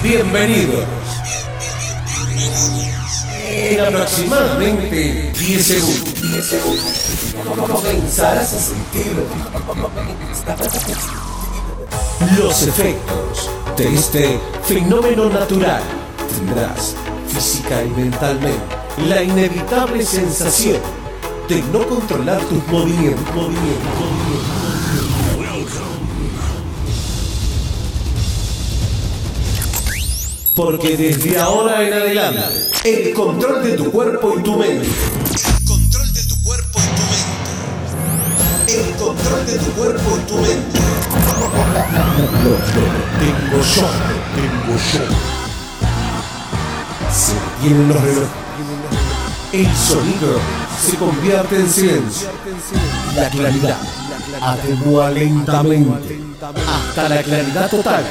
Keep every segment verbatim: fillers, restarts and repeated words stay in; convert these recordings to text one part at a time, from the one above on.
Bienvenidos. En aproximadamente diez segundos comenzarás a sentir los efectos de este fenómeno natural. Tendrás física y mentalmente la inevitable sensación de no controlar tus movimientos, movimientos, movimientos. Porque desde ahora en adelante, el control de tu cuerpo y tu mente. El control de tu cuerpo y tu mente. El control de tu cuerpo y tu mente. Lo, lo tengo yo, tengo yo. Se detienen los relojes. El sonido se convierte en silencio. La claridad atenúa lentamente hasta la claridad total.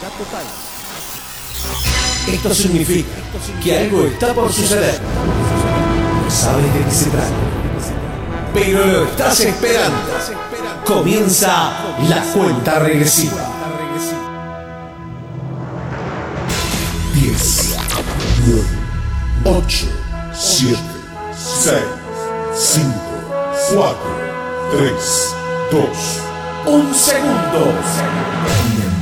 Esto significa que algo está por suceder. No sabes de qué se trata, pero lo estás esperando. Comienza la cuenta regresiva. diez, nueve, ocho, siete, seis, cinco, cuatro, tres, dos, un segundo.